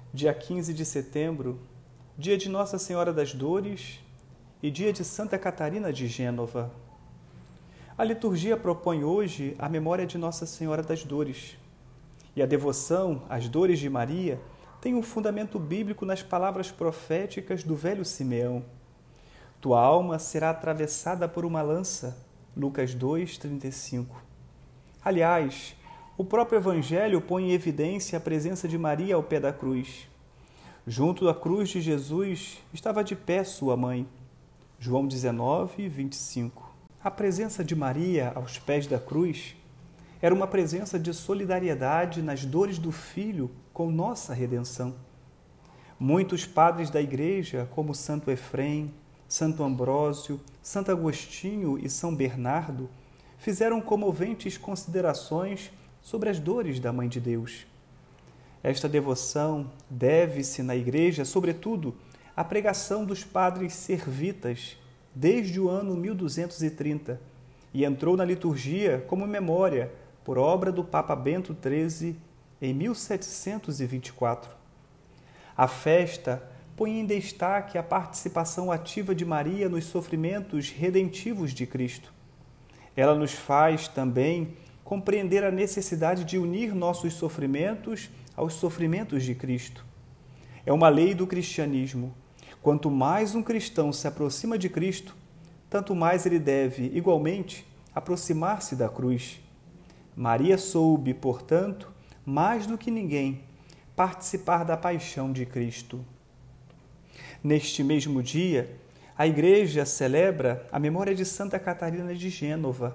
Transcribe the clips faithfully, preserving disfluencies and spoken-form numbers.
dia quinze de setembro, dia de Nossa Senhora das Dores e dia de Santa Catarina de Gênova. A liturgia propõe hoje a memória de Nossa Senhora das Dores. E a devoção às dores de Maria tem um fundamento bíblico nas palavras proféticas do velho Simeão. Tua alma será atravessada por uma lança, Lucas dois, trinta e cinco. Aliás, o próprio Evangelho põe em evidência a presença de Maria ao pé da cruz. Junto à cruz de Jesus estava de pé sua mãe. João dezenove, vinte e cinco. A presença de Maria aos pés da cruz era uma presença de solidariedade nas dores do Filho com nossa redenção. Muitos padres da Igreja, como Santo Efrém, Santo Ambrósio, Santo Agostinho e São Bernardo, fizeram comoventes considerações sobre as dores da Mãe de Deus. Esta devoção deve-se na Igreja, sobretudo, à pregação dos padres servitas desde o ano mil duzentos e trinta e entrou na liturgia como memória por obra do Papa Bento treze em mil setecentos e vinte e quatro. A festa põe em destaque a participação ativa de Maria nos sofrimentos redentivos de Cristo. Ela nos faz também compreender a necessidade de unir nossos sofrimentos aos sofrimentos de Cristo. É uma lei do cristianismo. Quanto mais um cristão se aproxima de Cristo, tanto mais ele deve, igualmente, aproximar-se da cruz. Maria soube, portanto, mais do que ninguém, participar da paixão de Cristo. Neste mesmo dia, a Igreja celebra a memória de Santa Catarina de Gênova.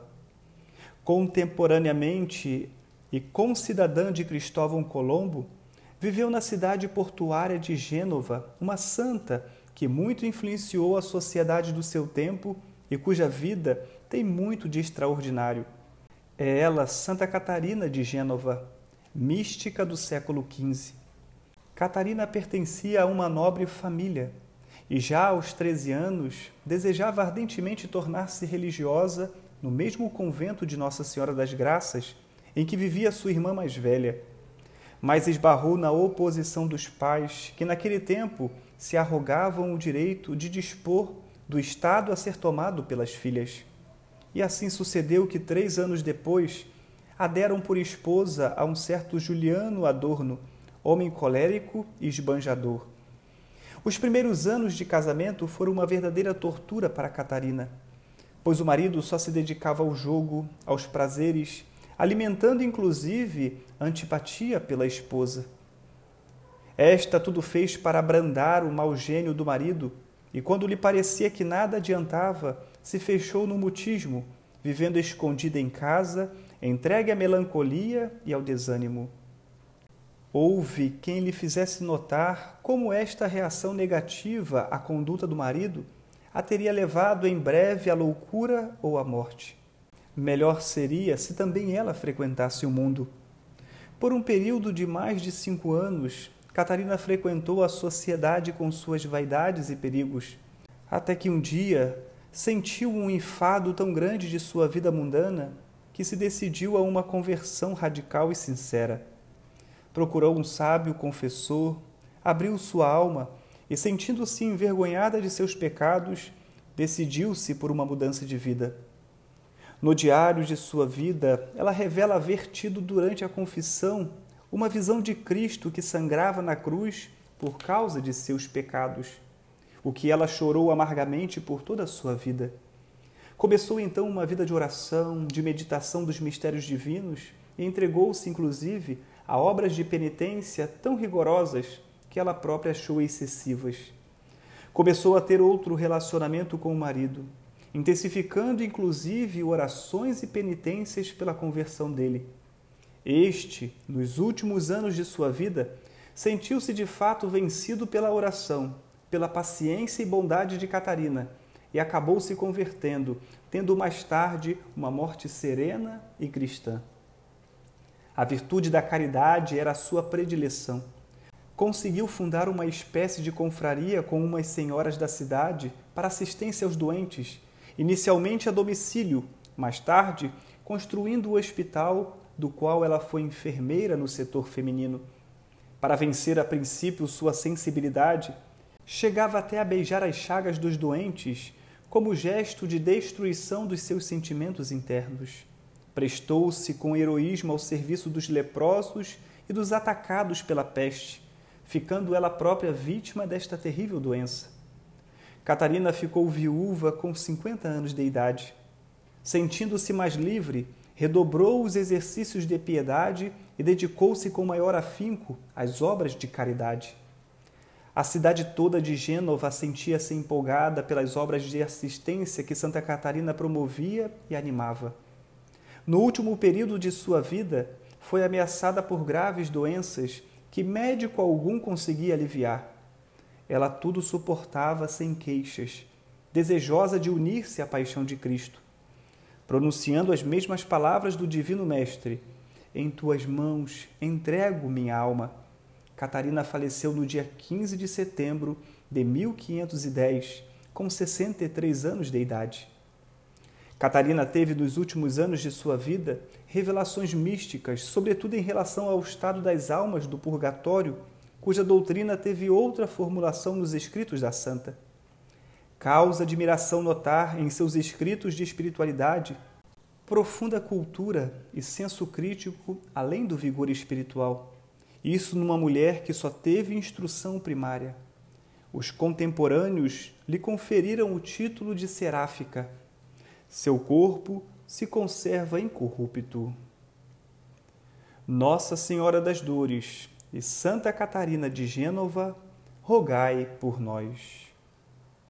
Contemporaneamente e concidadã de Cristóvão Colombo, viveu na cidade portuária de Gênova uma santa que muito influenciou a sociedade do seu tempo e cuja vida tem muito de extraordinário. É ela Santa Catarina de Gênova, mística do século quinze. Catarina pertencia a uma nobre família e já aos treze anos desejava ardentemente tornar-se religiosa no mesmo convento de Nossa Senhora das Graças em que vivia sua irmã mais velha, mas esbarrou na oposição dos pais que naquele tempo se arrogavam o direito de dispor do estado a ser tomado pelas filhas. E assim sucedeu que, três anos depois, a deram por esposa a um certo Juliano Adorno, homem colérico e esbanjador. Os primeiros anos de casamento foram uma verdadeira tortura para Catarina, pois o marido só se dedicava ao jogo, aos prazeres, alimentando inclusive antipatia pela esposa. Esta tudo fez para abrandar o mau gênio do marido e, quando lhe parecia que nada adiantava, se fechou no mutismo, vivendo escondida em casa, entregue à melancolia e ao desânimo. Houve quem lhe fizesse notar como esta reação negativa à conduta do marido a teria levado em breve à loucura ou à morte. Melhor seria se também ela frequentasse o mundo. Por um período de mais de cinco anos, Catarina frequentou a sociedade com suas vaidades e perigos, até que um dia sentiu um enfado tão grande de sua vida mundana que se decidiu a uma conversão radical e sincera. Procurou um sábio confessor, abriu sua alma e, sentindo-se envergonhada de seus pecados, decidiu-se por uma mudança de vida. No diário de sua vida, ela revela haver tido durante a confissão uma visão de Cristo que sangrava na cruz por causa de seus pecados, o que ela chorou amargamente por toda a sua vida. Começou então uma vida de oração, de meditação dos mistérios divinos e entregou-se, inclusive, a obras de penitência tão rigorosas que ela própria achou excessivas. Começou a ter outro relacionamento com o marido, intensificando inclusive orações e penitências pela conversão dele. Este, nos últimos anos de sua vida, sentiu-se de fato vencido pela oração, pela paciência e bondade de Catarina, e acabou se convertendo, tendo mais tarde uma morte serena e cristã. A virtude da caridade era a sua predileção. Conseguiu fundar uma espécie de confraria com umas senhoras da cidade para assistência aos doentes, inicialmente a domicílio, mais tarde construindo o hospital do qual ela foi enfermeira no setor feminino. para vencer a princípio sua sensibilidade, chegava até a beijar as chagas dos doentes como gesto de destruição dos seus sentimentos internos. Prestou-se com heroísmo ao serviço dos leprosos e dos atacados pela peste, ficando ela própria vítima desta terrível doença. Catarina ficou viúva com cinquenta anos de idade. Sentindo-se mais livre, redobrou os exercícios de piedade e dedicou-se com maior afinco às obras de caridade. A cidade toda de Gênova sentia-se empolgada pelas obras de assistência que Santa Catarina promovia e animava. No último período de sua vida, foi ameaçada por graves doenças que médico algum conseguia aliviar. Ela tudo suportava sem queixas, desejosa de unir-se à paixão de Cristo. Pronunciando as mesmas palavras do Divino Mestre, em tuas mãos entrego minha alma, Catarina faleceu no dia quinze de setembro de mil quinhentos e dez, com sessenta e três anos de idade. Catarina teve, nos últimos anos de sua vida, revelações místicas, sobretudo em relação ao estado das almas do purgatório, cuja doutrina teve outra formulação nos escritos da santa. Causa admiração notar em seus escritos de espiritualidade profunda cultura e senso crítico além do vigor espiritual. Isso numa mulher que só teve instrução primária. Os contemporâneos lhe conferiram o título de seráfica. Seu corpo se conserva incorrupto. Nossa Senhora das Dores e Santa Catarina de Gênova, rogai por nós.